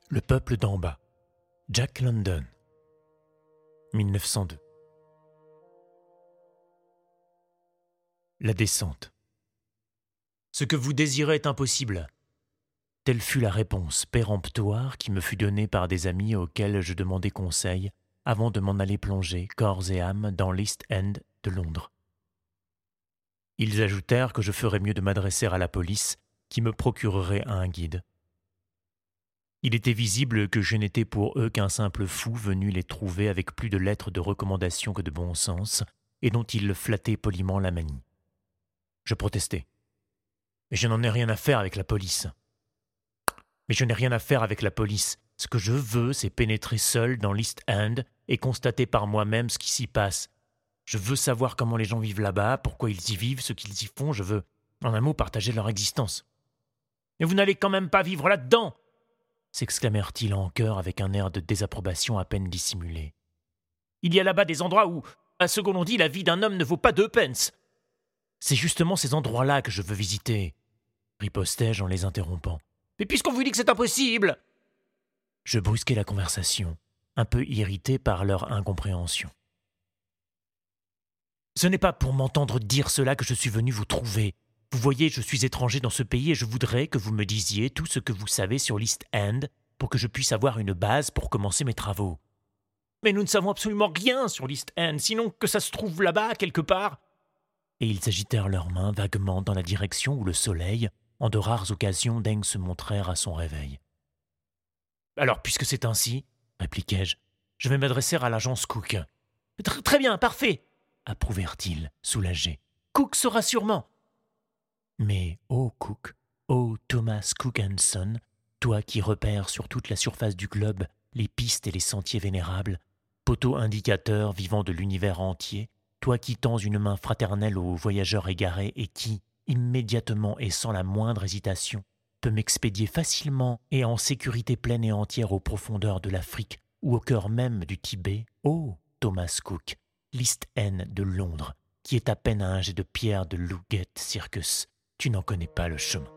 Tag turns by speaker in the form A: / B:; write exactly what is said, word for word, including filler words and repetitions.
A: Le peuple d'en bas. Jack London. mille neuf cent deux. La descente. Ce que vous désirez est impossible. Telle fut la réponse péremptoire qui me fut donnée par des amis auxquels je demandai conseil avant de m'en aller plonger, corps et âme, dans l'East End de Londres. Ils ajoutèrent que je ferais mieux de m'adresser à la police, qui me procurerait un guide. Il était visible que je n'étais pour eux qu'un simple fou venu les trouver avec plus de lettres de recommandation que de bon sens, et dont ils flattaient poliment la manie. Je protestai. « Mais je n'en ai rien à faire avec la police. »« Mais je n'ai rien à faire avec la police. Ce que je veux, c'est pénétrer seul dans l'East End et constater par moi-même ce qui s'y passe. Je veux savoir comment les gens vivent là-bas, pourquoi ils y vivent, ce qu'ils y font. Je veux, en un mot, partager leur existence. »« Mais vous n'allez quand même pas vivre là-dedans !» s'exclamèrent-ils en chœur avec un air de désapprobation à peine dissimulé. « Il y a là-bas des endroits où, à ce que l'on dit, la vie d'un homme ne vaut pas deux pence. »« C'est justement ces endroits-là que je veux visiter, » ripostai-je en les interrompant. « Mais puisqu'on vous dit que c'est impossible !» Je brusquai la conversation, un peu irrité par leur incompréhension. « Ce n'est pas pour m'entendre dire cela que je suis venu vous trouver. Vous voyez, je suis étranger dans ce pays et je voudrais que vous me disiez tout ce que vous savez sur l'East End pour que je puisse avoir une base pour commencer mes travaux. »« Mais nous ne savons absolument rien sur l'East End, sinon que ça se trouve là-bas, quelque part. » Et ils agitèrent leurs mains vaguement dans la direction où le soleil, en de rares occasions, daigne se montrèrent à son réveil. « Alors, puisque c'est ainsi, répliquai-je, je vais m'adresser à l'agence Cook. »« Tr- Très bien, parfait !» approuvèrent-ils, soulagés. « Cook saura sûrement. » Mais, ô Cook, ô Thomas Cook and Son, toi qui repères sur toute la surface du globe les pistes et les sentiers vénérables, poteau indicateur vivant de l'univers entier, toi qui tends une main fraternelle aux voyageurs égarés et qui, immédiatement et sans la moindre hésitation, peut m'expédier facilement et en sécurité pleine et entière aux profondeurs de l'Afrique ou au cœur même du Tibet, ô Thomas Cook, l'East End de Londres, qui est à peine à un jet de pierre de Ludgate Circus, tu n'en connais pas le chemin.